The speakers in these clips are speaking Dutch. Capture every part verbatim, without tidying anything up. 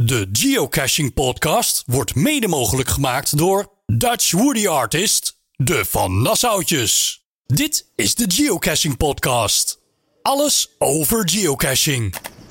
De Geocaching podcast wordt mede mogelijk gemaakt door Dutch Woody Artist, de Van Nassautjes. Dit is de Geocaching podcast. Alles over geocaching.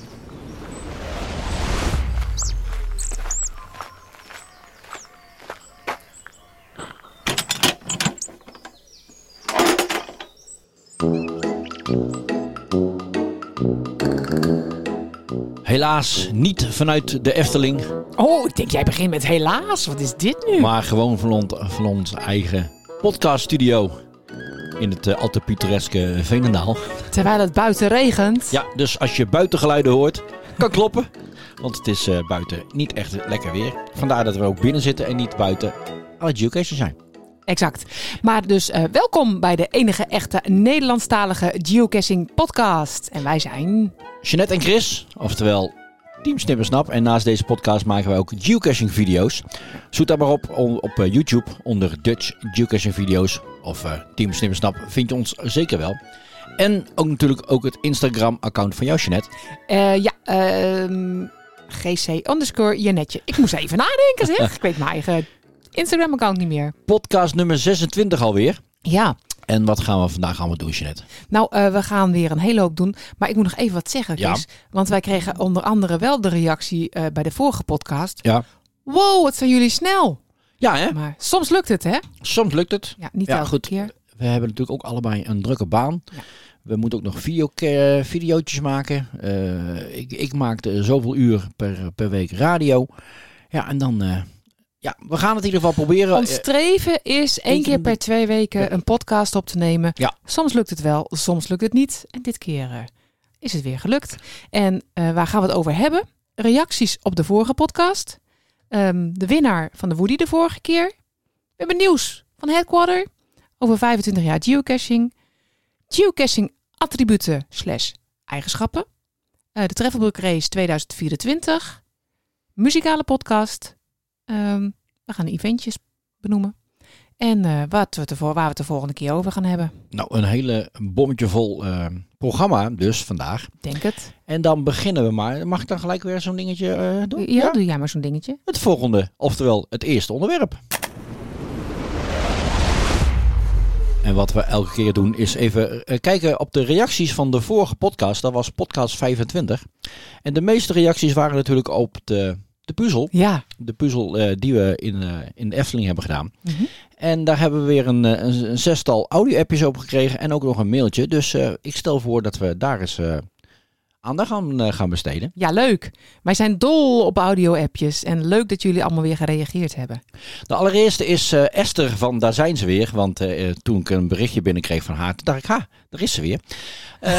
Helaas niet vanuit de Efteling. Oh, ik denk jij begint met helaas. Wat is dit nu? Maar gewoon van, on, van ons eigen podcaststudio. In het uh, al te pittoreske Veenendaal. Terwijl het buiten regent. Ja, dus als je buitengeluiden hoort, kan kloppen. Want het is uh, buiten niet echt lekker weer. Vandaar dat we ook binnen zitten en niet buiten aan het geocachen zijn. Exact. Maar dus uh, welkom bij de enige echte Nederlandstalige geocaching podcast. En wij zijn... Jeanette en Chris, oftewel Team Snippersnap. En naast deze podcast maken wij ook geocaching video's. Zoek daar maar op op uh, YouTube onder Dutch Geocaching Video's. Of uh, Team Snippersnap vind je ons zeker wel. En ook natuurlijk ook het Instagram account van jou, Jeanette. Uh, ja, uh, G C underscore Janetje. Ik moest even nadenken zeg. Ik weet mijn eigen Instagram account niet meer. Podcast nummer zesentwintig alweer. Ja. En wat gaan we vandaag gaan we doen, Jeanette? Nou, uh, we gaan weer een hele hoop doen. Maar ik moet nog even wat zeggen, Chris. Ja. Want wij kregen onder andere wel de reactie uh, bij de vorige podcast. Ja. Wow, wat zijn jullie snel. Ja, hè? Maar soms lukt het, hè? Soms lukt het. Ja, niet ja, elke goed. keer. We hebben natuurlijk ook allebei een drukke baan. Ja. We moeten ook nog video, uh, videootjes maken. Uh, ik, ik maakte zoveel uur per, per week radio. Ja, en dan... Uh, Ja, we gaan het in ieder geval proberen. Ons streven is één keer per twee weken een podcast op te nemen. Ja. Soms lukt het wel, soms lukt het niet. En dit keer uh, is het weer gelukt. En uh, waar gaan we het over hebben? Reacties op de vorige podcast. Um, de winnaar van de Woody de vorige keer. We hebben nieuws van Headquarter over vijfentwintig jaar geocaching. Geocaching attributen slash eigenschappen. Uh, de Travelbook Race tweeduizend vierentwintig. Muzikale podcast. Um, we gaan de eventjes benoemen. En uh, wat we te, waar we het de volgende keer over gaan hebben. Nou, een hele bommetje vol uh, programma dus vandaag. Denk het. En dan beginnen we maar. Mag ik dan gelijk weer zo'n dingetje uh, doen? Ja, ja, doe jij maar zo'n dingetje. Het volgende, oftewel het eerste onderwerp. En wat we elke keer doen is even uh, kijken op de reacties van de vorige podcast. Dat was podcast vijfentwintig. En de meeste reacties waren natuurlijk op de... De puzzel. Ja. De puzzel uh, die we in, uh, in de Efteling hebben gedaan. Mm-hmm. En daar hebben we weer een, een, een zestal audio-appjes op gekregen. En ook nog een mailtje. Dus uh, ik stel voor dat we daar eens uh, aandacht aan uh, gaan besteden. Ja, leuk. Wij zijn dol op audio-appjes. En leuk dat jullie allemaal weer gereageerd hebben. De allereerste is uh, Esther van Daar zijn ze weer. Want uh, toen ik een berichtje binnenkreeg van haar, toen dacht ik, ha, daar is ze weer. Uh,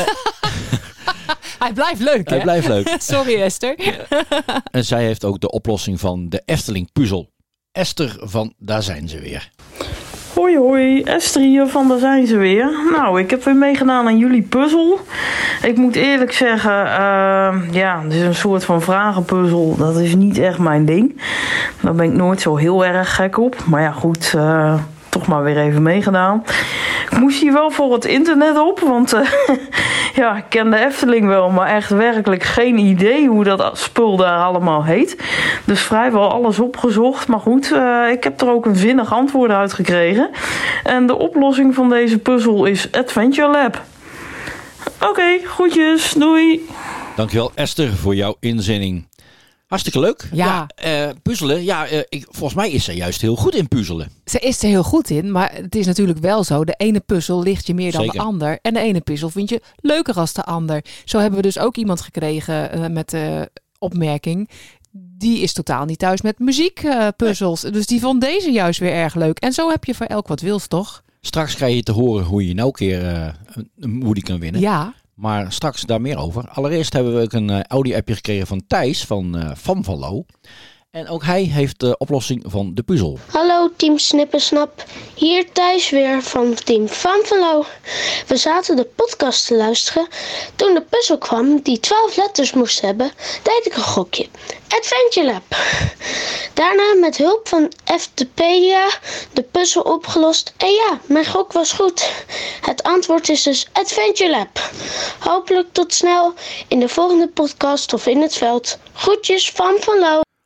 Hij blijft leuk, hè? Hij blijft leuk. Sorry, Esther. En zij heeft ook de oplossing van de Efteling puzzel. Esther van Daar zijn ze weer. Hoi hoi, Esther hier van Daar zijn ze weer. Nou, ik heb weer meegedaan aan jullie puzzel. Ik moet eerlijk zeggen, uh, ja, het is een soort van vragenpuzzel. Dat is niet echt mijn ding. Daar ben ik nooit zo heel erg gek op. Maar ja, goed, uh, toch maar weer even meegedaan. Ik moest hier wel voor het internet op, want uh, ja, ik ken de Efteling wel, maar echt werkelijk geen idee hoe dat spul daar allemaal heet. Dus vrijwel alles opgezocht, maar goed, uh, ik heb er ook een zinnig antwoord uit gekregen. En de oplossing van deze puzzel is Adventure Lab. Oké, okay, groetjes, doei! Dankjewel Esther voor jouw inzending. Hartstikke leuk. Ja. ja uh, puzzelen. Ja, uh, ik, volgens mij is ze juist heel goed in puzzelen. Ze is er heel goed in, maar het is natuurlijk wel zo. De ene puzzel ligt je meer dan Zeker. de ander. En de ene puzzel vind je leuker als de ander. Zo hebben we dus ook iemand gekregen uh, met de opmerking. Die is totaal niet thuis met muziekpuzzels. Uh, nee. Dus die vond deze juist weer erg leuk. En zo heb je voor elk wat wils, toch? Straks krijg je te horen hoe je nou een keer uh, een Woody kan winnen. Ja. Maar straks daar meer over. Allereerst hebben we ook een uh, audio-appje gekregen van Thijs van uh, Van van Loo. En ook hij heeft de oplossing van de puzzel. Hallo Team Snippersnap, hier Thijs weer van Team Van van Loo. We zaten de podcast te luisteren. Toen de puzzel kwam die twaalf letters moest hebben, deed ik een gokje. Adventure Lab. Daarna met hulp van Eftepedia de puzzel opgelost. En ja, mijn gok was goed. Het antwoord is dus Adventure Lab. Hopelijk tot snel in de volgende podcast of in het veld. Groetjes van Van Loo.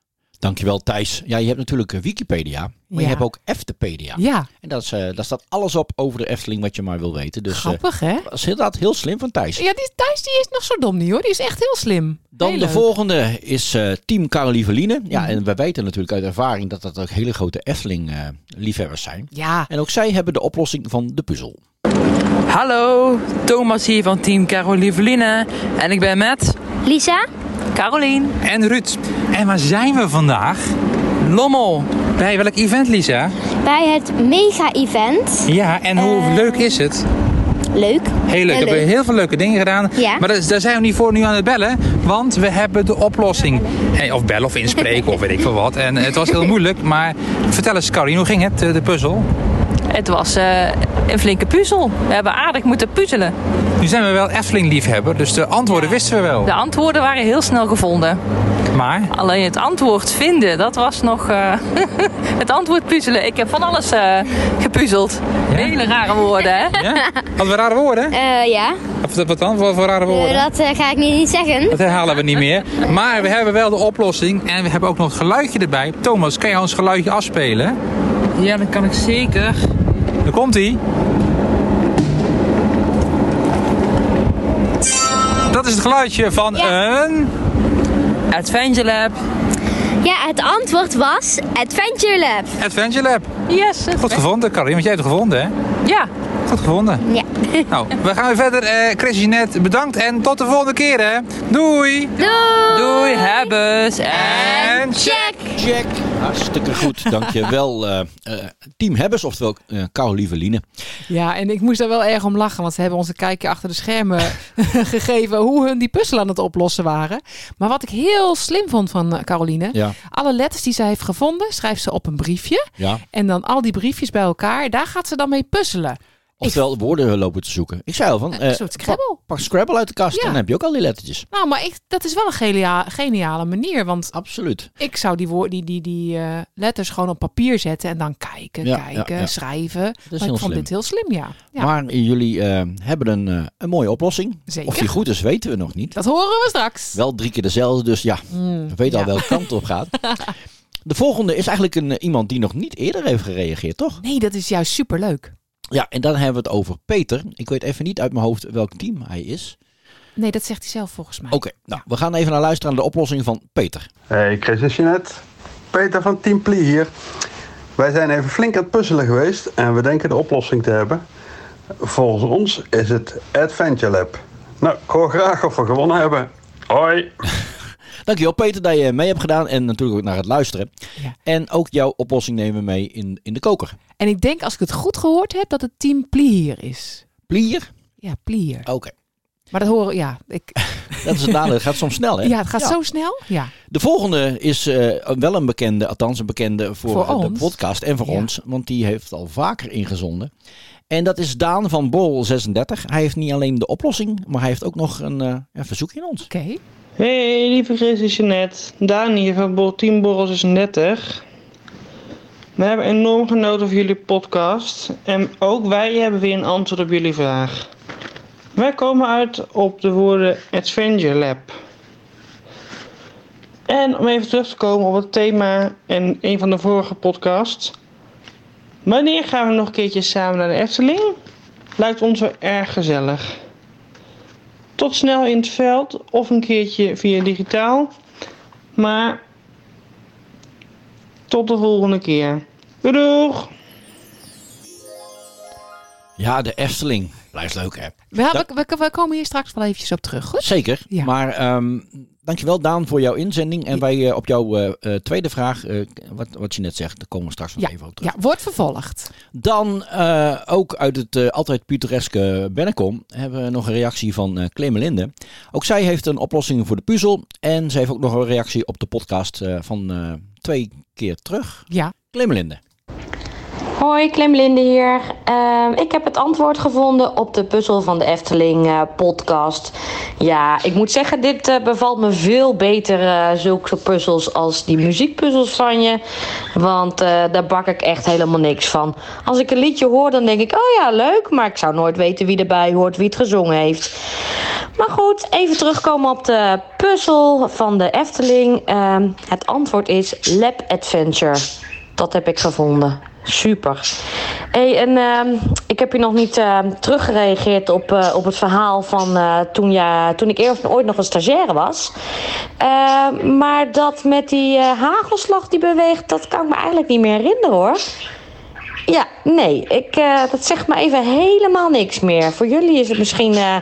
Dankjewel Thijs. Ja, je hebt natuurlijk Wikipedia, maar Ja. je hebt ook Eftepedia. Ja, En dat is, uh, daar staat alles op over de Efteling wat je maar wil weten. Dus, grappig uh, hè? dat is inderdaad heel slim van Thijs. Ja, die Thijs die is nog zo dom niet hoor. Die is echt heel slim. Dan Heel de leuk. volgende is uh, Team Karelieveline. Ja, Mhm. en we weten natuurlijk uit ervaring dat dat ook hele grote Efteling-liefhebbers zijn. Ja, En ook zij hebben de oplossing van de puzzel. Hallo, Thomas hier van team Karolieveline. En ik ben met Lisa? Carolien En Ruud. En waar zijn we vandaag? Lommel. Bij welk event, Lisa? Bij het mega-event. Ja, en hoe Eh, leuk is het? Leuk. Heel leuk. We hebben heel veel leuke dingen gedaan. Ja. Maar daar, daar zijn we niet voor nu aan het bellen. Want we hebben de oplossing. Eh, Of bellen of inspreken of weet ik veel wat. En het was heel moeilijk. Maar vertel eens, Carolien, hoe ging het, de, de puzzel? Het was uh, een flinke puzzel. We hebben aardig moeten puzzelen. Nu zijn we wel Efteling-liefhebber. Dus de antwoorden wisten we wel. De antwoorden waren heel snel gevonden. Maar... Alleen het antwoord vinden, dat was nog uh, het antwoord puzzelen. Ik heb van alles uh, gepuzzeld. Ja? Hele rare woorden, hè? Ja? Hadden we rare woorden? Eh, ja. Of wat dan? Wat voor rare woorden? dat eh, ga ik niet zeggen. Dat herhalen we niet meer. Maar we hebben wel de oplossing. En we hebben ook nog het geluidje erbij. Thomas, kan jij ons geluidje afspelen? Ja, dat kan ik zeker. Daar komt hij. Dat is het geluidje van Ja. een... Adventure Lab. Ja, het antwoord was Adventure Lab. Adventure Lab. Yes. Goed gevonden, Karin, want jij hebt het gevonden, hè? Ja. Goed gevonden. Ja. Nou, we gaan weer verder. Eh Chris, Jeanette, bedankt en tot de volgende keer, hè? Doei! Doei! Doei, hebbes. En... En Check! Check. Hartstikke goed. Dankjewel uh, uh, Team Hebbers, oftewel uh, Karolieveline. ja, en ik moest daar wel erg om lachen. Want ze hebben ons een kijkje achter de schermen gegeven hoe hun die puzzel aan het oplossen waren. Maar wat ik heel slim vond van uh, Caroline. Ja, Alle letters die zij heeft gevonden, schrijft ze op een briefje. ja. En dan al die briefjes bij elkaar, daar gaat ze dan mee puzzelen. Oftewel woorden lopen te zoeken. Ik zei al van, Een uh, soort Scrabble. pak Scrabble uit de kast Ja. en dan heb je ook al die lettertjes. Nou, maar ik, dat is wel een gelia- geniale manier. Want Absoluut. ik zou die, woord, die, die, die uh, letters gewoon op papier zetten en dan kijken, Ja, kijken, ja, ja. schrijven. Dat is Maar heel ik vond slim. dit heel slim, ja. ja. Maar jullie uh, hebben een, uh, een mooie oplossing. Zeker. Of die goed is, weten we nog niet. Dat horen we straks. Wel drie keer dezelfde, dus ja, Mm, we weten ja. al welke kant het op gaat. De volgende is eigenlijk een, uh, iemand die nog niet eerder heeft gereageerd, toch? Nee, dat is juist superleuk. Ja, en dan hebben we het over Peter. Ik weet even niet uit mijn hoofd welk team hij is. Nee, dat zegt hij zelf volgens mij. Oké, nou, we gaan even naar luisteren naar de oplossing van Peter. Hey Chris en Jeanette, Peter van Team Plie hier. Wij zijn even flink aan het puzzelen geweest en we denken de oplossing te hebben. Volgens ons is het Adventure Lab. Nou, ik hoor graag of we gewonnen hebben. Hoi! Dankjewel Peter dat je mee hebt gedaan en natuurlijk ook naar het luisteren. Ja. En ook jouw oplossing nemen we mee in, in de koker. En ik denk, als ik het goed gehoord heb, dat het team Plier is. Plier? Ja, Plier. Oké. Maar dat horen, ja. Ik, Dat is het nadeel. Het gaat soms snel, hè? ja, het gaat zo snel. Ja. De volgende is uh, wel een bekende, althans een bekende voor, Voor de ons. podcast en voor Ja. ons. Want die heeft al vaker ingezonden. En dat is Daan van Bol zesendertig. Hij heeft niet alleen de oplossing, maar hij heeft ook nog een, uh, een verzoekje in ons. Oké. Hey, lieve Chris en Jeanette. Daan hier van Bo- Team Borrel zesendertig. We hebben enorm genoten van jullie podcast. En ook wij hebben weer een antwoord op jullie vraag. Wij komen uit op de woorden Adventure Lab. En om even terug te komen op het thema in een van de vorige podcasts. Wanneer gaan we nog een keertje samen naar de Efteling? Lijkt ons wel erg gezellig. Tot snel in het veld of een keertje via digitaal. Maar tot de volgende keer. Doei doeg! Ja, de Efteling. Blijft leuk, hè? We, Da- we, we, we komen hier straks wel eventjes op terug, goed? Zeker. Ja. Maar um, dankjewel Daan voor jouw inzending. En wij uh, op jouw uh, uh, tweede vraag, uh, wat, wat je net zegt, daar komen we straks nog Ja, even op terug. ja, wordt vervolgd. Dan uh, ook uit het uh, altijd pittoreske Bennekom hebben we nog een reactie van uh, Clemelinde. Ook zij heeft een oplossing voor de puzzel. En ze heeft ook nog een reactie op de podcast uh, van uh, twee keer terug. Ja. Clemelinde. Hoi, Clemlinde hier. Uh, ik heb het antwoord gevonden op de puzzel van de Efteling uh, podcast. Ja, ik moet zeggen, dit uh, bevalt me veel beter, uh, zulke puzzels als die muziekpuzzels van je. Want uh, daar bak ik echt helemaal niks van. Als ik een liedje hoor, dan denk ik, oh ja, leuk. Maar ik zou nooit weten wie erbij hoort, wie het gezongen heeft. Maar goed, even terugkomen op de puzzel van de Efteling. Uh, het antwoord is Lab Adventure. Dat heb ik gevonden. Super. Hey, en uh, ik heb je nog niet uh, teruggereageerd op, uh, op het verhaal van uh, toen, ja, toen ik eerst ooit nog een stagiaire was. Uh, maar dat met die uh, hagelslag die beweegt, dat kan ik me eigenlijk niet meer herinneren hoor. Ja, nee, ik, uh, dat zegt me even helemaal niks meer. Voor jullie is het misschien uh,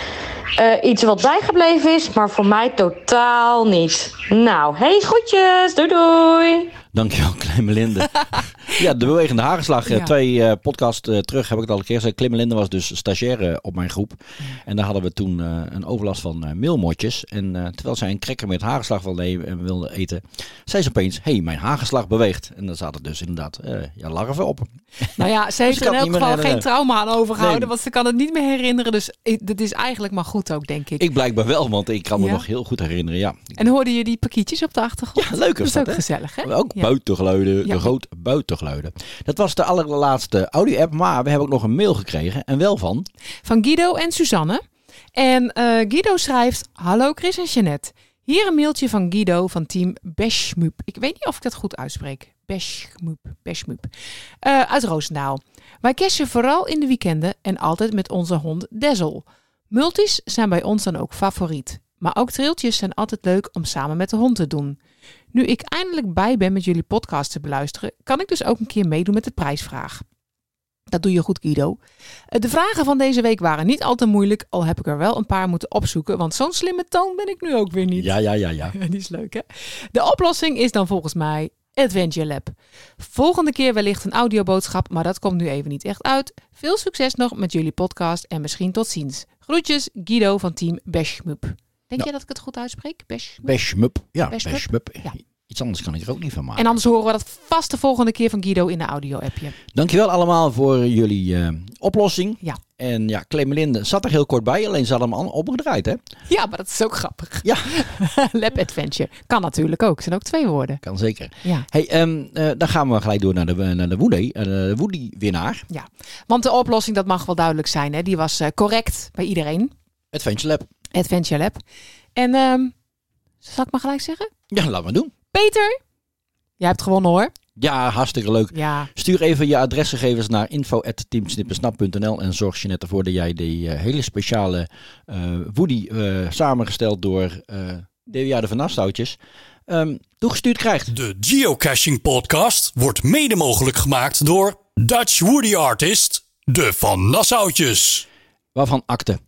uh, iets wat bijgebleven is, maar voor mij totaal niet. Nou, hey, groetjes, doei doei. Dankjewel, Klemmelinde. Ja, de bewegende hagelslag. Ja. Twee uh, podcasts uh, terug heb ik het al een keer gezegd. Klemmelinde was dus stagiaire op mijn groep. En daar hadden we toen uh, een overlast van uh, meelmotjes. En uh, terwijl zij een cracker met hagelslag wilde, wilde eten, zei ze opeens, hé, hey, mijn hagelslag beweegt. En dan zat er dus inderdaad uh, ja, larven op. Nou ja, ze heeft dus er in elk geval geen trauma aan overgehouden, nee. Want ze kan het niet meer herinneren. Dus dat is eigenlijk maar goed ook, denk ik. Ik blijkbaar wel, want ik kan me ja. nog heel goed herinneren, ja. En hoorde je die pakietjes op de achtergrond? Ja, leuk was is dat, ook hè? Gezellig, hè? Ook ja. buitengeluiden, ja. de groot buitengeluiden. Dat was de allerlaatste audio-app, maar we hebben ook nog een mail gekregen. En wel van... Van Guido en Suzanne. En uh, Guido schrijft... Hallo Chris en Jeanette. Hier een mailtje van Guido van team Beshmup. Ik weet niet of ik dat goed uitspreek. Beshmup. Beshmup. Uh, uit Roosendaal. Wij cashen vooral in de weekenden en altijd met onze hond Dazzle. Multis zijn bij ons dan ook favoriet. Maar ook trailtjes zijn altijd leuk om samen met de hond te doen. Nu ik eindelijk bij ben met jullie podcast te beluisteren, kan ik dus ook een keer meedoen met de prijsvraag. Dat doe je goed, Guido. De vragen van deze week waren niet al te moeilijk, al heb ik er wel een paar moeten opzoeken, want zo'n slimme toon ben ik nu ook weer niet. Ja, ja, ja, ja. Die is leuk, hè? De oplossing is dan volgens mij Adventure Lab. Volgende keer wellicht een audioboodschap, maar dat komt nu even niet echt uit. Veel succes nog met jullie podcast en misschien tot ziens. Groetjes, Guido van team Beshmup. Denk nou. je dat ik het goed uitspreek? Beshmup? Beshmup, ja. Beshmup. Beshmup. Ja. Iets anders kan ik er ook niet van maken. En anders horen we dat vast de volgende keer van Guido in de audio-appje. Dankjewel allemaal voor jullie uh, oplossing. Ja. En ja, Klemmelinde zat er heel kort bij, alleen ze had hem al opgedraaid, hè? Ja, maar dat is ook grappig. Ja. Lab Adventure. Kan natuurlijk ook. Het zijn ook twee woorden. Kan zeker. Ja. Hey, um, uh, dan gaan we gelijk door naar de, naar de Woody, uh, de Woody-winnaar. Ja, want de oplossing, dat mag wel duidelijk zijn, hè? Die was uh, correct bij iedereen. Adventure Lab. Adventure Lab. En, um, zal ik maar gelijk zeggen? Ja, laat maar doen. Peter, jij hebt gewonnen hoor. Ja, hartstikke leuk. Ja. Stuur even je adresgegevens naar info at teamsnippersnap punt n l en zorg je net ervoor dat jij die uh, hele speciale uh, Woody uh, samengesteld door uh, Dewiade van Nassautjes um, toegestuurd krijgt. De Geocaching podcast wordt mede mogelijk gemaakt door Dutch Woody Artist, de Van Nassautjes. Waarvan akte.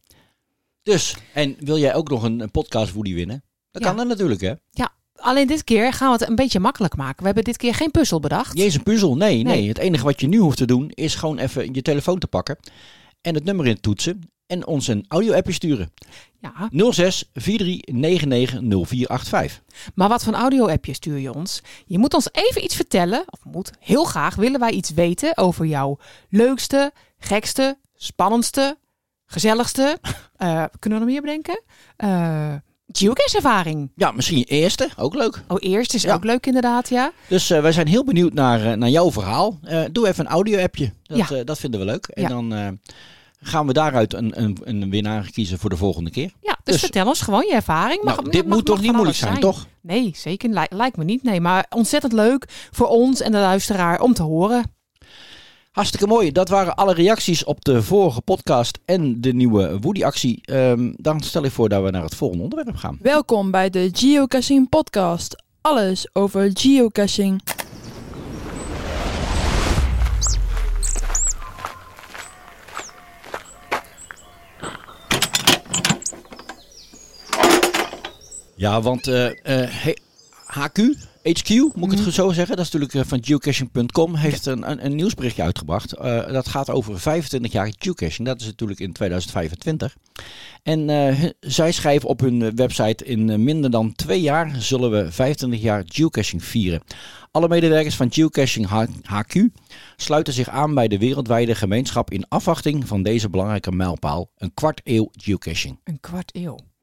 Dus, en wil jij ook nog een, een podcast Woody winnen? Dat ja. kan dan natuurlijk, hè? Ja. Alleen dit keer gaan we het een beetje makkelijk maken. We hebben dit keer geen puzzel bedacht. Niet eens een puzzel, nee, nee. nee. Het enige wat je nu hoeft te doen is gewoon even je telefoon te pakken. En het nummer in te toetsen. En ons een audio-appje sturen. Ja. nul zes vier drie negen negen nul vier acht vijf. Maar wat voor een audio-appje stuur je ons? Je moet ons even iets vertellen. Of moet, heel graag willen wij iets weten over jouw leukste, gekste, spannendste, gezelligste. uh, kunnen we nog meer bedenken? Uh, Geocache-ervaring. Ja, misschien je eerste. Ook leuk. Oh, eerste is ja. ook leuk inderdaad, ja. Dus uh, wij zijn heel benieuwd naar, uh, naar jouw verhaal. Uh, doe even een audio-appje. Dat, ja. uh, dat vinden we leuk. En ja. dan uh, gaan we daaruit een, een, een winnaar kiezen voor de volgende keer. Ja, dus, dus vertel ons gewoon je ervaring. Mag, nou, dit mag, moet mag, toch niet moeilijk zijn, zijn, toch? Nee, zeker. Li- lijkt me niet. Nee, maar ontzettend leuk voor ons en de luisteraar om te horen. Hartstikke mooi. Dat waren alle reacties op de vorige podcast en de nieuwe Woody-actie. Um, dan stel ik voor dat we naar het volgende onderwerp gaan. Welkom bij de Geocaching podcast. Alles over geocaching. Ja, want uh, uh, hey, H Q... H Q, moet ik het zo zeggen. Dat is natuurlijk uh, van geocaching punt com. Heeft een, een, een nieuwsberichtje uitgebracht. Uh, dat gaat over vijfentwintig jaar geocaching. Dat is natuurlijk in tweeduizend vijfentwintig. En uh, zij schrijven op hun website: in uh, minder dan twee jaar zullen we vijfentwintig jaar geocaching vieren. Alle medewerkers van Geocaching H Q sluiten zich aan bij de wereldwijde gemeenschap in afwachting van deze belangrijke mijlpaal. Een kwart eeuw geocaching. Een kwart eeuw.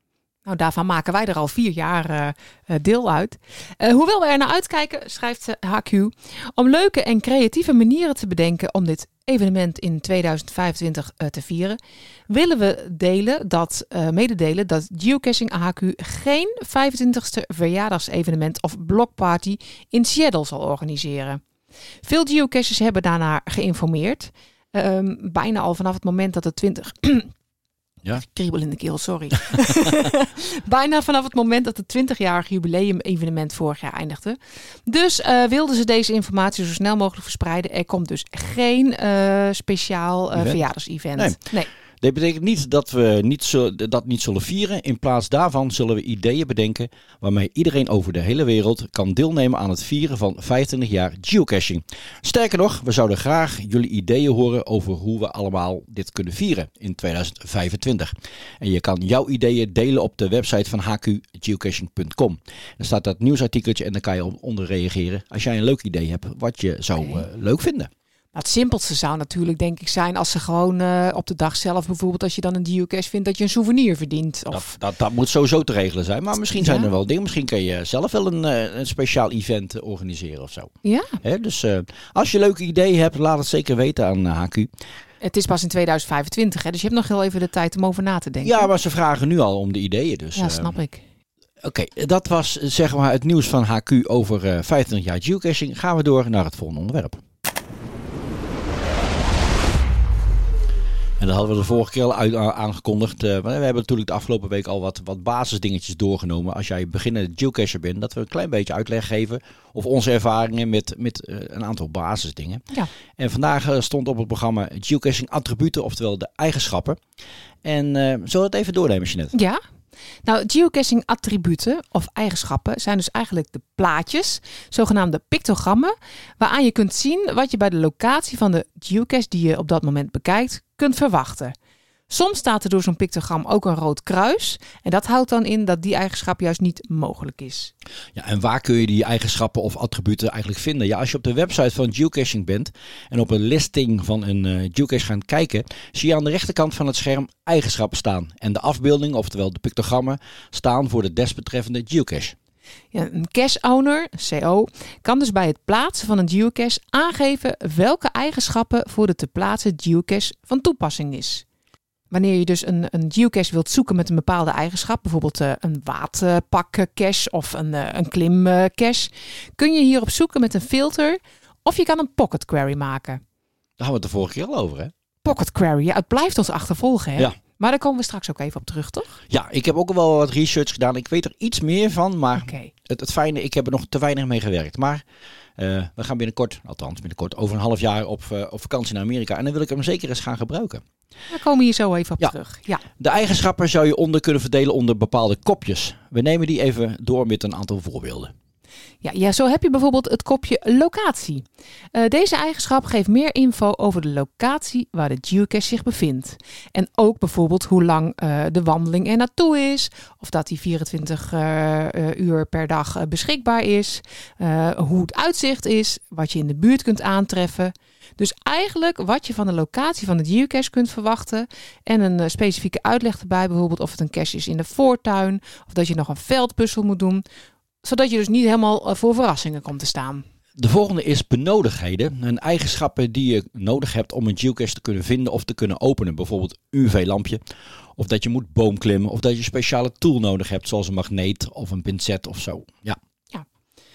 Nou, daarvan maken wij er al vier jaar uh, uh, deel uit. Uh, hoewel we er naar uitkijken, schrijft uh, H Q, om leuke en creatieve manieren te bedenken om dit evenement in tweeduizend vijfentwintig uh, te vieren, willen we delen dat, uh, mededelen dat Geocaching H Q geen vijfentwintigste verjaardagsevenement of blockparty in Seattle zal organiseren. Veel geocachers hebben daarnaar geïnformeerd. Um, bijna al vanaf het moment dat het twintig... Ja. Kriebel in de keel, sorry. Bijna vanaf het moment dat het twintigjarig jubileum-evenement vorig jaar eindigde. Dus uh, wilden ze deze informatie zo snel mogelijk verspreiden. Er komt dus geen uh, speciaal uh, verjaardagsevent. Nee. nee. Dit betekent niet dat we niet zo, dat niet zullen vieren. In plaats daarvan zullen we ideeën bedenken waarmee iedereen over de hele wereld kan deelnemen aan het vieren van vijfentwintig jaar geocaching. Sterker nog, we zouden graag jullie ideeën horen over hoe we allemaal dit kunnen vieren in tweeduizend vijfentwintig. En je kan jouw ideeën delen op de website van h q geocaching punt com. Er staat dat nieuwsartikeltje en daar kan je onder reageren als jij een leuk idee hebt wat je zou uh, leuk vinden. Het simpelste zou natuurlijk denk ik zijn als ze gewoon uh, op de dag zelf bijvoorbeeld als je dan een geocache vindt dat je een souvenir verdient. Of... Dat, dat, dat moet sowieso te regelen zijn. Maar misschien zijn ja. er wel dingen. Misschien kun je zelf wel een, een speciaal event organiseren of zo. Ja. He, dus uh, als je leuke ideeën hebt, laat het zeker weten aan uh, H Q. Het is pas in tweeduizend vijfentwintig, hè? Dus je hebt nog heel even de tijd om over na te denken. Ja, maar ze vragen nu al om de ideeën. Dus, ja, snap uh, ik. Oké, okay, dat was zeg maar het nieuws van H Q over uh, vijfentwintig jaar geocaching. Gaan we door naar het volgende onderwerp. En dat hadden we de vorige keer al uit, aangekondigd. Uh, we hebben natuurlijk de afgelopen week al wat, wat basisdingetjes doorgenomen. Als jij beginnende geocacher bent, dat we een klein beetje uitleg geven. Of onze ervaringen met, met uh, een aantal basisdingen. Ja. En vandaag uh, stond op het programma geocaching attributen, oftewel de eigenschappen. En uh, zullen we het even doornemen, Jeanette? Ja. Nou, geocaching attributen of eigenschappen zijn dus eigenlijk de plaatjes, zogenaamde pictogrammen, waaraan je kunt zien wat je bij de locatie van de geocache die je op dat moment bekijkt, kunt verwachten. Soms staat er door zo'n pictogram ook een rood kruis. En dat houdt dan in dat die eigenschap juist niet mogelijk is. Ja, en waar kun je die eigenschappen of attributen eigenlijk vinden? Ja, als je op de website van geocaching bent en op een listing van een uh, geocache gaat kijken, zie je aan de rechterkant van het scherm eigenschappen staan. En de afbeelding, oftewel de pictogrammen, staan voor de desbetreffende geocache. Ja, een cache owner, C O, kan dus bij het plaatsen van een geocache aangeven welke eigenschappen voor de te plaatsen geocache van toepassing is. Wanneer je dus een, een geocache wilt zoeken met een bepaalde eigenschap, bijvoorbeeld uh, een waterpak-cache of een, uh, een klimcache, kun je hierop zoeken met een filter of je kan een pocket query maken. Daar hadden we het de vorige keer al over, hè? Pocket query, ja, het blijft ons achtervolgen, hè? Ja. Maar daar komen we straks ook even op terug, toch? Ja, ik heb ook wel wat research gedaan. Ik weet er iets meer van, maar okay. het, het fijne, ik heb er nog te weinig mee gewerkt. Maar uh, we gaan binnenkort, althans binnenkort, over een half jaar op, uh, op vakantie naar Amerika. En dan wil ik hem zeker eens gaan gebruiken. We komen hier zo even op ja. terug. Ja. De eigenschappen zou je onder kunnen verdelen onder bepaalde kopjes. We nemen die even door met een aantal voorbeelden. Ja, ja, zo heb je bijvoorbeeld het kopje locatie. Uh, deze eigenschap geeft meer info over de locatie waar de geocache zich bevindt. En ook bijvoorbeeld hoe lang uh, de wandeling er naartoe is. Of dat die vierentwintig uh, uh, uur per dag uh, beschikbaar is. Uh, hoe het uitzicht is. Wat je in de buurt kunt aantreffen. Dus eigenlijk wat je van de locatie van de geocache kunt verwachten. En een uh, specifieke uitleg erbij. Bijvoorbeeld of het een cache is in de voortuin. Of dat je nog een veldpuzzel moet doen. Zodat je dus niet helemaal voor verrassingen komt te staan. De volgende is benodigdheden. En eigenschappen die je nodig hebt om een geocache te kunnen vinden of te kunnen openen. Bijvoorbeeld U V-lampje. Of dat je moet boomklimmen. Of dat je een speciale tool nodig hebt. Zoals een magneet of een pincet of zo. Ja. Ja.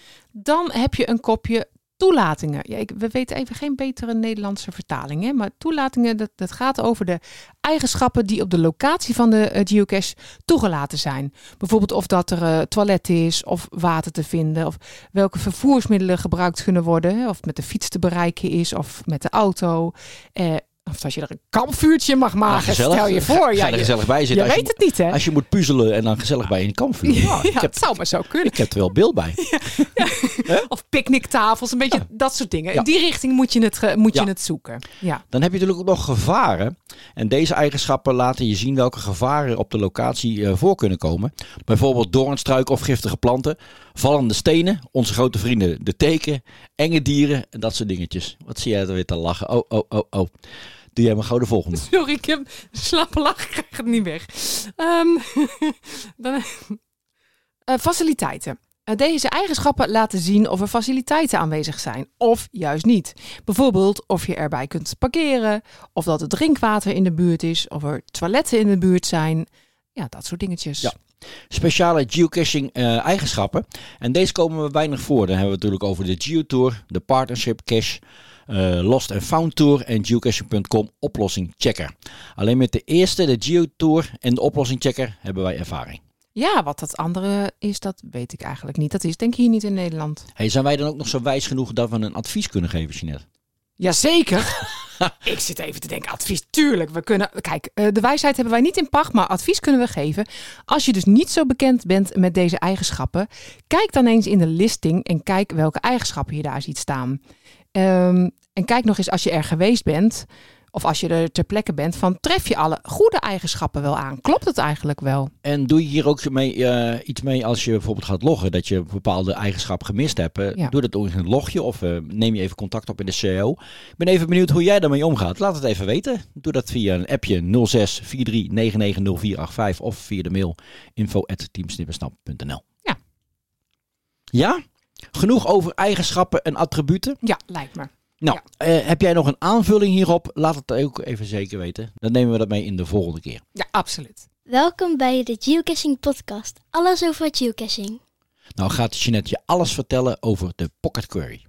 Dan heb je een kopje toelatingen. Ja, ik, we weten even geen betere Nederlandse vertaling. Hè? Maar toelatingen, dat, dat gaat over de eigenschappen die op de locatie van de uh, geocache toegelaten zijn. Bijvoorbeeld of dat er uh, toilet is of water te vinden. Of welke vervoersmiddelen gebruikt kunnen worden. Hè? Of met de fiets te bereiken is of met de auto. Uh, Of dat je er een kampvuurtje mag maken. Ja, stel je voor. Ja, ja, er gezellig bij zitten. Je weet je, het niet, hè? Als je moet puzzelen en dan gezellig bij een kampvuur. Ja, ja, ik heb, het zou maar zo kunnen. Ik heb er wel beeld bij. Ja, ja. Huh? Of picknicktafels, een beetje ja. dat soort dingen. Ja. In die richting moet je het, moet je ja. het zoeken. Ja. Dan heb je natuurlijk ook nog gevaren. En deze eigenschappen laten je zien welke gevaren op de locatie uh, voor kunnen komen. Bijvoorbeeld doornstruiken of giftige planten. Vallende stenen, onze grote vrienden de teken, enge dieren en dat soort dingetjes. Wat zie jij er weer te lachen? Oh, oh, oh, oh. Doe jij maar gauw de volgende. Sorry, ik heb een slappe lach, ik krijg het niet weg. Um, dan, uh, faciliteiten. Uh, deze eigenschappen laten zien of er faciliteiten aanwezig zijn, of juist niet. Bijvoorbeeld of je erbij kunt parkeren, of dat er drinkwater in de buurt is, of er toiletten in de buurt zijn. Ja, dat soort dingetjes. Ja. Speciale geocaching uh, eigenschappen. En deze komen we weinig voor. Dan hebben we het natuurlijk over de Geotour, de Partnership Cache, uh, Lost and Found Tour en geocaching punt com oplossing checker. Alleen met de eerste, de Geotour en de oplossing checker, hebben wij ervaring. Ja, wat dat andere is, dat weet ik eigenlijk niet. Dat is denk ik hier niet in Nederland. Hey, zijn wij dan ook nog zo wijs genoeg dat we een advies kunnen geven, Jeanette? Jazeker. Ik zit even te denken, advies, tuurlijk. We kunnen, kijk, de wijsheid hebben wij niet in pacht, maar advies kunnen we geven. Als je dus niet zo bekend bent met deze eigenschappen, kijk dan eens in de listing en kijk welke eigenschappen je daar ziet staan. Um, en kijk nog eens als je er geweest bent, of als je er ter plekke bent, van tref je alle goede eigenschappen wel aan? Klopt het eigenlijk wel? En doe je hier ook mee, uh, iets mee als je bijvoorbeeld gaat loggen, dat je een bepaalde eigenschap gemist hebt? Uh, ja. Doe dat ook in een logje of uh, neem je even contact op in de C O. Ik ben even benieuwd hoe jij daarmee omgaat. Laat het even weten. Doe dat via een appje nul zes vier drie negen negen nul vier acht vijf of via de mail info at teamsnippersnap punt n l. Ja. Ja? Genoeg over eigenschappen en attributen? Ja, lijkt me. Nou, ja. uh, heb jij nog een aanvulling hierop? Laat het ook even zeker weten. Dan nemen we dat mee in de volgende keer. Ja, absoluut. Welkom bij de Geocaching podcast. Alles over geocaching. Nou gaat Jeanette je alles vertellen over de Pocket Query.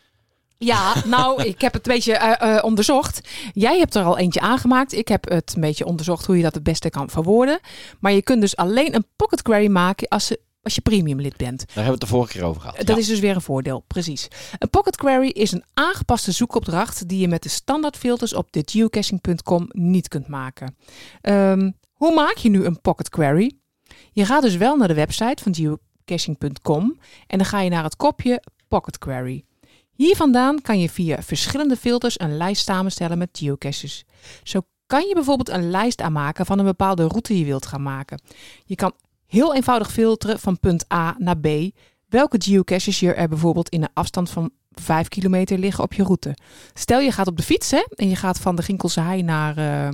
Ja, nou, ik heb het een beetje uh, uh, onderzocht. Jij hebt er al eentje aangemaakt. Ik heb het een beetje onderzocht hoe je dat het beste kan verwoorden. Maar je kunt dus alleen een Pocket Query maken als ze Als je premium lid bent. Daar hebben we het de vorige keer over gehad. Dat ja. is dus weer een voordeel, precies. Een Pocket Query is een aangepaste zoekopdracht die je met de standaardfilters op de geocaching punt com niet kunt maken. Um, hoe maak je nu een Pocket Query? Je gaat dus wel naar de website van geocaching punt com en dan ga je naar het kopje Pocket Query. Hier vandaan kan je via verschillende filters een lijst samenstellen met geocaches. Zo kan je bijvoorbeeld een lijst aanmaken van een bepaalde route die je wilt gaan maken. Je kan heel eenvoudig filteren van punt A naar B. Welke geocaches je er bijvoorbeeld in een afstand van vijf kilometer liggen op je route. Stel je gaat op de fiets hè, en je gaat van de Ginkelse Hei naar uh,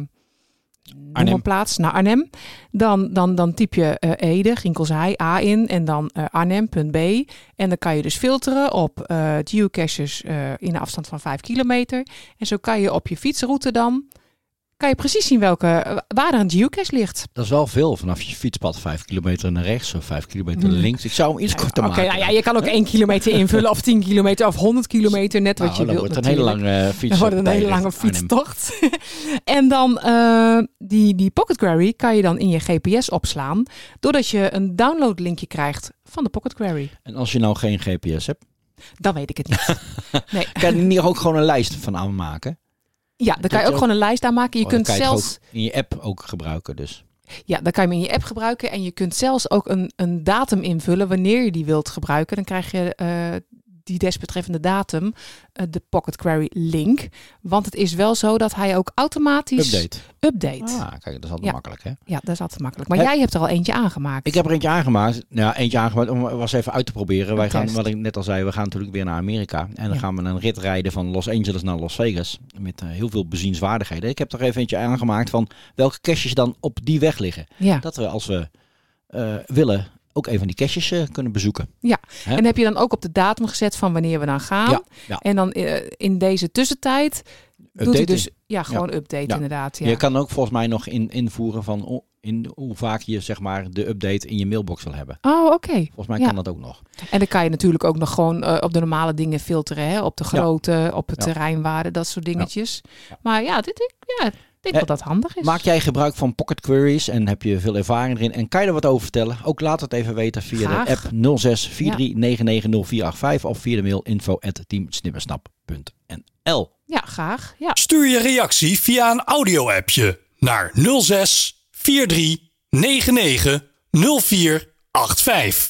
Arnhem. Plaats, naar Arnhem. Dan, dan, dan typ je uh, Ede, Ginkelse Hei, A in en dan uh, Arnhem, punt B. En dan kan je dus filteren op uh, geocaches uh, in een afstand van vijf kilometer. En zo kan je op je fietsroute dan kan je precies zien welke, waar er een geocache ligt. Dat is wel veel vanaf je fietspad. Vijf kilometer naar rechts of vijf kilometer naar links. Ik zou hem iets ja, korter okay, maken. Nou ja, je kan ook één kilometer invullen of tien kilometer of honderd kilometer. Net wat nou, je dan wilt wordt het een hele lange fiets. Dan wordt het een hele lange fietstocht. En dan uh, die, die Pocket Query kan je dan in je G P S opslaan. Doordat je een downloadlinkje krijgt van de Pocket Query. En als je nou geen G P S hebt? Dan weet ik het niet. Nee. Kan je hier ook gewoon een lijst van aanmaken? Ja, dan kan je ook, ook gewoon een lijst aanmaken. Je oh, kunt kan je zelfs in je app ook gebruiken dus. Ja, dan kan je hem in je app gebruiken. En je kunt zelfs ook een, een datum invullen wanneer je die wilt gebruiken. Dan krijg je uh, die desbetreffende datum, uh, de Pocket Query link. Want het is wel zo dat hij ook automatisch update. update. Ah, kijk, dat is altijd ja. makkelijk hè? Ja, dat is altijd makkelijk. Maar He- jij hebt er al eentje aangemaakt. Ik heb er eentje aangemaakt. Ja, eentje aangemaakt om was even uit te proberen. Wij gaan, wat ik net al zei, we gaan natuurlijk weer naar Amerika. En dan ja. gaan we een rit rijden van Los Angeles naar Las Vegas. Met uh, heel veel bezienswaardigheden. Ik heb er even eentje aangemaakt van welke caches dan op die weg liggen. Ja. Dat we als we uh, willen ook even die caches uh, kunnen bezoeken. Ja, He? En heb je dan ook op de datum gezet van wanneer we dan gaan. Ja, ja. En dan uh, in deze tussentijd update doet hij dus ja, gewoon ja. update ja. inderdaad. Ja. Je kan ook volgens mij nog in, invoeren van oh, in hoe vaak je zeg maar de update in je mailbox wil hebben. Oh, oké. Okay. Volgens mij ja. kan dat ook nog. En dan kan je natuurlijk ook nog gewoon uh, op de normale dingen filteren. Hè? Op de grootte, ja. op het ja. terreinwaarde, dat soort dingetjes. Ja. Maar ja, dit, ik, ja, ik denk eh, dat dat handig is. Maak jij gebruik van Pocket Queries en heb je veel ervaring erin? En kan je er wat over vertellen? Ook laat het even weten via Graag. de app nul zes vier drie negen negen nul vier acht vijf of via de mail info at teamsnippersnap punt n l. Ja, graag. Ja. Stuur je reactie via een audio-appje naar nul zes vier drie negen negen nul vier acht vijf.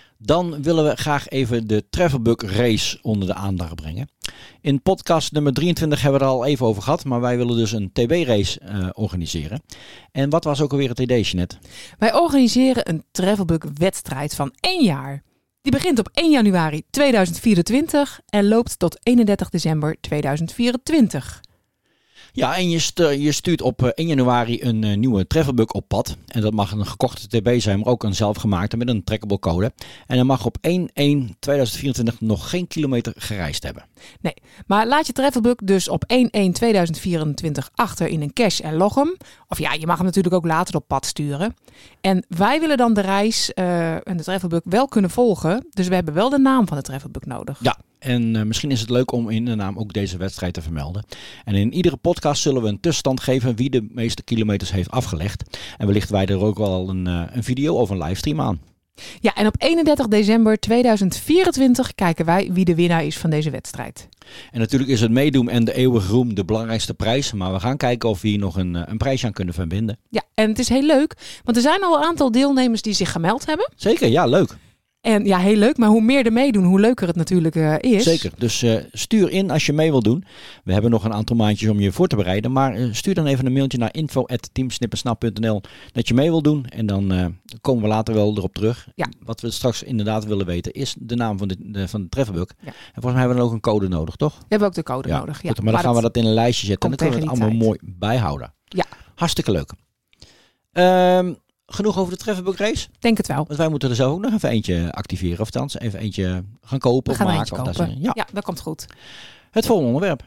Dan willen we graag even de Travelbug Race onder de aandacht brengen. In podcast nummer drieëntwintig hebben we het al even over gehad, maar wij willen dus een T B-race uh, organiseren. En wat was ook alweer het idee, Jeanette? Wij organiseren een Travelbug-wedstrijd van één jaar. Die begint op één januari tweeduizend vierentwintig en loopt tot eenendertig december tweeduizend vierentwintig. Ja, en je, stu- je stuurt op uh, één januari een uh, nieuwe travelbook op pad. En dat mag een gekochte T B zijn, maar ook een zelfgemaakte met een trackable code. En dan mag op één één tweeduizend vierentwintig nog geen kilometer gereisd hebben. Nee, maar laat je travelbook dus op één één tweeduizend vierentwintig achter in een cache en log hem. Of ja, je mag hem natuurlijk ook later op pad sturen. En wij willen dan de reis uh, en de travelbook wel kunnen volgen. Dus we hebben wel de naam van de travelbook nodig. Ja. En uh, misschien is het leuk om in de naam ook deze wedstrijd te vermelden. En in iedere podcast zullen we een tussenstand geven wie de meeste kilometers heeft afgelegd. En wellicht wij er ook wel een, uh, een video of een livestream aan. Ja, en op eenendertig december tweeduizend vierentwintig kijken wij wie de winnaar is van deze wedstrijd. En natuurlijk is het meedoen en de eeuwige roem de belangrijkste prijs. Maar we gaan kijken of we hier nog een, een prijsje aan kunnen verbinden. Ja, en het is heel leuk, want er zijn al een aantal deelnemers die zich gemeld hebben. Zeker, ja, leuk. En ja, heel leuk. Maar hoe meer er meedoen, hoe leuker het natuurlijk uh, is. Zeker. Dus uh, stuur in als je mee wil doen. We hebben nog een aantal maandjes om je voor te bereiden. Maar uh, stuur dan even een mailtje naar info at teamsnippersnap punt n l dat je mee wil doen. En dan uh, komen we later wel erop terug. Ja. Wat we straks inderdaad willen weten is de naam van de, de, van de travelbook. Ja. En volgens mij hebben we dan ook een code nodig, toch? We hebben ook de code ja. nodig. Ja. Goed, maar, maar dan gaan we dat in een lijstje zetten. En dan kunnen we het allemaal tijd. mooi bijhouden. Ja. Hartstikke leuk. Um, Genoeg over de travelbook race? Denk het wel. Want wij moeten er zo ook nog even eentje activeren. Of althans, even eentje gaan kopen we gaan of maken. Of kopen. Dat ja. ja, dat komt goed. Het volgende onderwerp.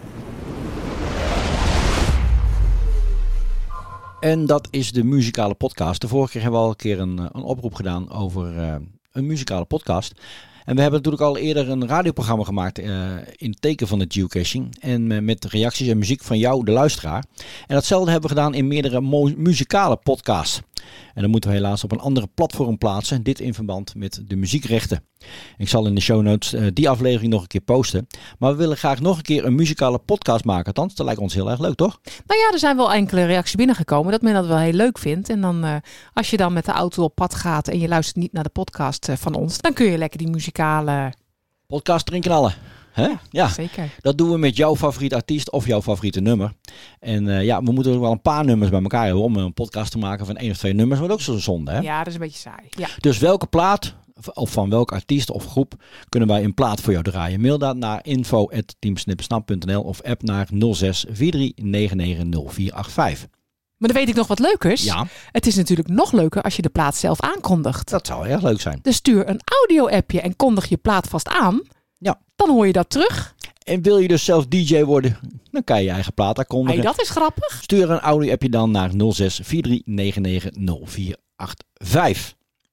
En dat is de muzikale podcast. De vorige keer hebben we al een keer een, een oproep gedaan over uh, een muzikale podcast. En we hebben natuurlijk al eerder een radioprogramma gemaakt uh, in het teken van de geocaching. En uh, met reacties en muziek van jou, de luisteraar. En datzelfde hebben we gedaan in meerdere mo- muzikale podcasts. En dan moeten we helaas op een andere platform plaatsen. Dit in verband met de muziekrechten. Ik zal in de show notes uh, die aflevering nog een keer posten. Maar we willen graag nog een keer een muzikale podcast maken. Althans, dat lijkt ons heel erg leuk, toch? Nou ja, er zijn wel enkele reacties binnengekomen dat men dat wel heel leuk vindt. En dan uh, als je dan met de auto op pad gaat en je luistert niet naar de podcast uh, van ons, dan kun je lekker die muzikale podcast erin knallen. Hè? Ja, zeker. Dat doen we met jouw favoriete artiest of jouw favoriete nummer. En uh, ja, we moeten ook wel een paar nummers bij elkaar hebben om een podcast te maken van één of twee nummers. Wat ook zo'n zonde, hè? Ja, dat is een beetje saai. Ja. Dus welke plaat of van welke artiest of groep kunnen wij een plaat voor jou draaien? Mail dat naar info at teamsnippersnap punt n l of app naar nul zes vier drie negen negen nul vier acht vijf. Maar dan weet ik nog wat leukers. Ja. Het is natuurlijk nog leuker als je de plaat zelf aankondigt. Dat zou erg leuk zijn. Dus stuur een audio-appje en kondig je plaat vast aan. Ja. Dan hoor je dat terug. En wil je dus zelf D J worden, dan kan je je eigen plaat aankondigen. Hey, dat is grappig. Stuur een audio-appje dan naar nul zes vier drie negen negen nul vier acht vijf.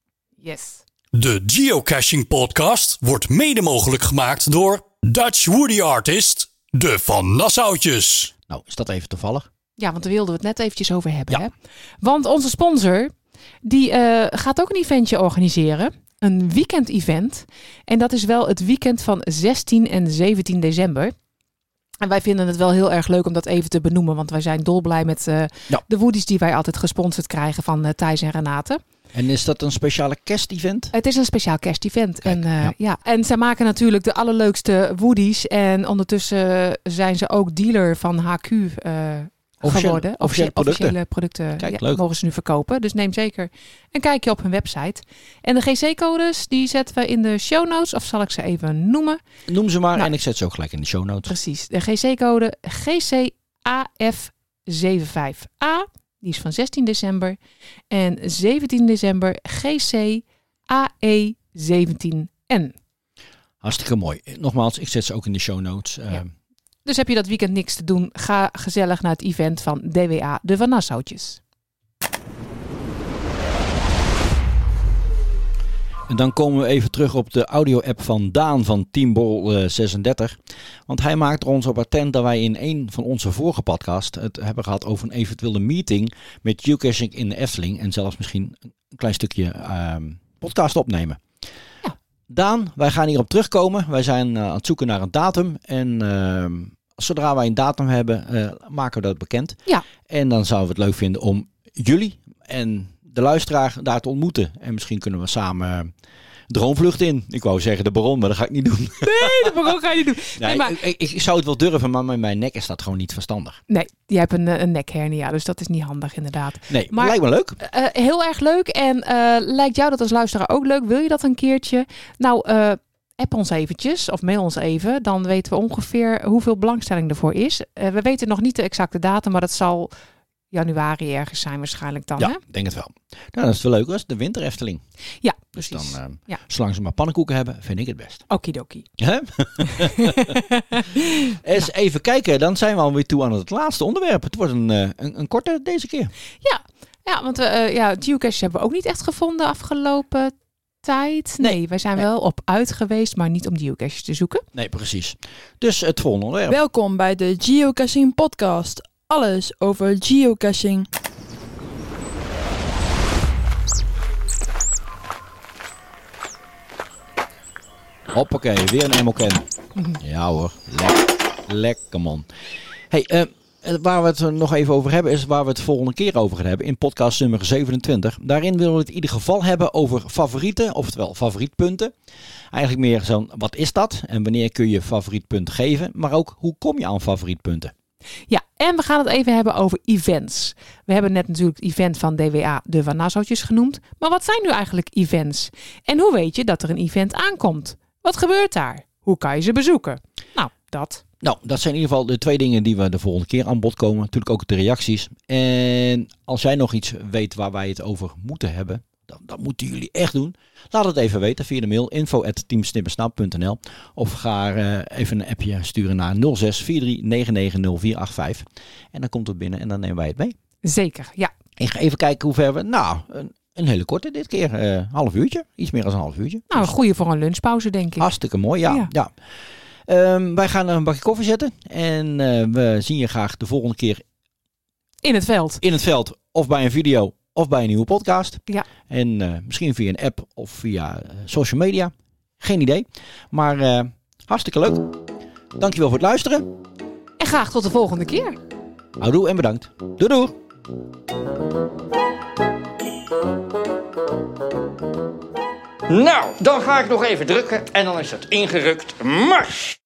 Yes. De Geocaching podcast wordt mede mogelijk gemaakt door Dutch Woody Artist, de Van Nassautjes. Nou, is dat even toevallig? Ja, want daar wilden we het net eventjes over hebben. Ja. Hè? Want onze sponsor, die uh, gaat ook een eventje organiseren. Een weekend-event. En dat is wel het weekend van zestien en zeventien december. En wij vinden het wel heel erg leuk om dat even te benoemen. Want wij zijn dolblij met uh, ja. de woodies die wij altijd gesponsord krijgen van uh, Thijs en Renate. En is dat een speciale kerstevent? Het is een speciaal kerstevent. Kijk, en, uh, ja. ja. en zij maken natuurlijk de allerleukste woodies. En ondertussen zijn ze ook dealer van H Q uh, Officiële, geworden. officiële producten. Officiële producten Kijk, ja, leuk. mogen ze nu verkopen. Dus neem zeker een kijkje op hun website. En de G C-codes die zetten we in de show notes. Of zal ik ze even noemen? Noem ze maar nou, en ik zet ze ook gelijk in de show notes. Precies. De G C-code G C A F zevenenvijftig A. Die is van zestien december. En zeventien december G C A E zeventien N. Hartstikke mooi. Nogmaals, ik zet ze ook in de show notes. Ja. Uh, Dus heb je dat weekend niks te doen, ga gezellig naar het event van D W A, de Van Nassautjes. En dan komen we even terug op de audio-app van Daan van Team Borrel uh, zesendertig. Want hij maakt er ons op attent dat wij in een van onze vorige podcasts het hebben gehad over een eventuele meeting met geocaching in de Efteling. En zelfs misschien een klein stukje uh, podcast opnemen. Ja. Daan, wij gaan hierop terugkomen. Wij zijn uh, aan het zoeken naar een datum. En uh, zodra wij een datum hebben, uh, maken we dat bekend. Ja. En dan zouden we het leuk vinden om jullie en de luisteraar daar te ontmoeten. En misschien kunnen we samen uh, droomvlucht in. Ik wou zeggen de Baron, maar dat ga ik niet doen. Nee, de Baron ga je niet doen. Nee, nee, maar... ik, ik, ik zou het wel durven, maar met mijn nek is dat gewoon niet verstandig. Nee, je hebt een, een nekhernia, dus dat is niet handig inderdaad. Nee, maar lijkt me leuk. Uh, heel erg leuk. En uh, lijkt jou dat als luisteraar ook leuk? Wil je dat een keertje? Nou, uh, app ons eventjes of mail ons even. Dan weten we ongeveer hoeveel belangstelling ervoor is. Uh, we weten nog niet de exacte datum, maar dat zal januari ergens zijn waarschijnlijk dan. Ja, hè? ik denk het wel. Nou, dat is wel leuk als de winter Efteling. Ja, dus precies. dan, uh, ja. zolang ze maar pannenkoeken hebben, vind ik het best. Okidoki. Hè? Eens even kijken, dan zijn we alweer toe aan het laatste onderwerp. Het wordt een, uh, een, een korte deze keer. Ja, ja want uh, ja, geocaches hebben we ook niet echt gevonden afgelopen tijd. Nee, nee wij zijn nee. wel op uit geweest, maar niet om geocaches te zoeken. Nee, precies. Dus het volgende onderwerp. Welkom bij de Geocaching Podcast. Alles over geocaching. Hoppakee, weer een Emoken. Ja hoor, lekker, lekker man. Hey, uh, waar we het nog even over hebben is waar we het volgende keer over gaan hebben in podcast nummer zevenentwintig. Daarin willen we het in ieder geval hebben over favorieten, oftewel favorietpunten. Eigenlijk meer zo'n, wat is dat en wanneer kun je favorietpunten geven, maar ook hoe kom je aan favorietpunten. Ja, en we gaan het even hebben over events. We hebben net natuurlijk het event van D W A de Van Nassautjes genoemd. Maar wat zijn nu eigenlijk events? En hoe weet je dat er een event aankomt? Wat gebeurt daar? Hoe kan je ze bezoeken? Nou, dat. Nou, dat zijn in ieder geval de twee dingen die we de volgende keer aan bod komen. Natuurlijk ook de reacties. En als jij nog iets weet waar wij het over moeten hebben, dan, dan moeten jullie echt doen. Laat het even weten via de mail info at teamsnippersnap punt n l of ga uh, even een appje sturen naar nul zes vier drie negen negen nul vier acht vijf. En dan komt het binnen en dan nemen wij het mee. Zeker, ja. Ik ga even kijken hoe ver we... Nou, een, een hele korte dit keer. Een uh, half uurtje. Iets meer dan een half uurtje. Nou, een goede voor een lunchpauze, denk ik. Hartstikke mooi, ja. ja. ja. Um, wij gaan een bakje koffie zetten. En uh, we zien je graag de volgende keer... In het veld. In het veld. Of bij een video. Of bij een nieuwe podcast. Ja. En uh, misschien via een app of via uh, social media. Geen idee. Maar uh, hartstikke leuk. Dankjewel voor het luisteren. En graag tot de volgende keer. Houdoe en bedankt. Doei doei. Nou, dan ga ik nog even drukken en dan is het ingerukt. Mars!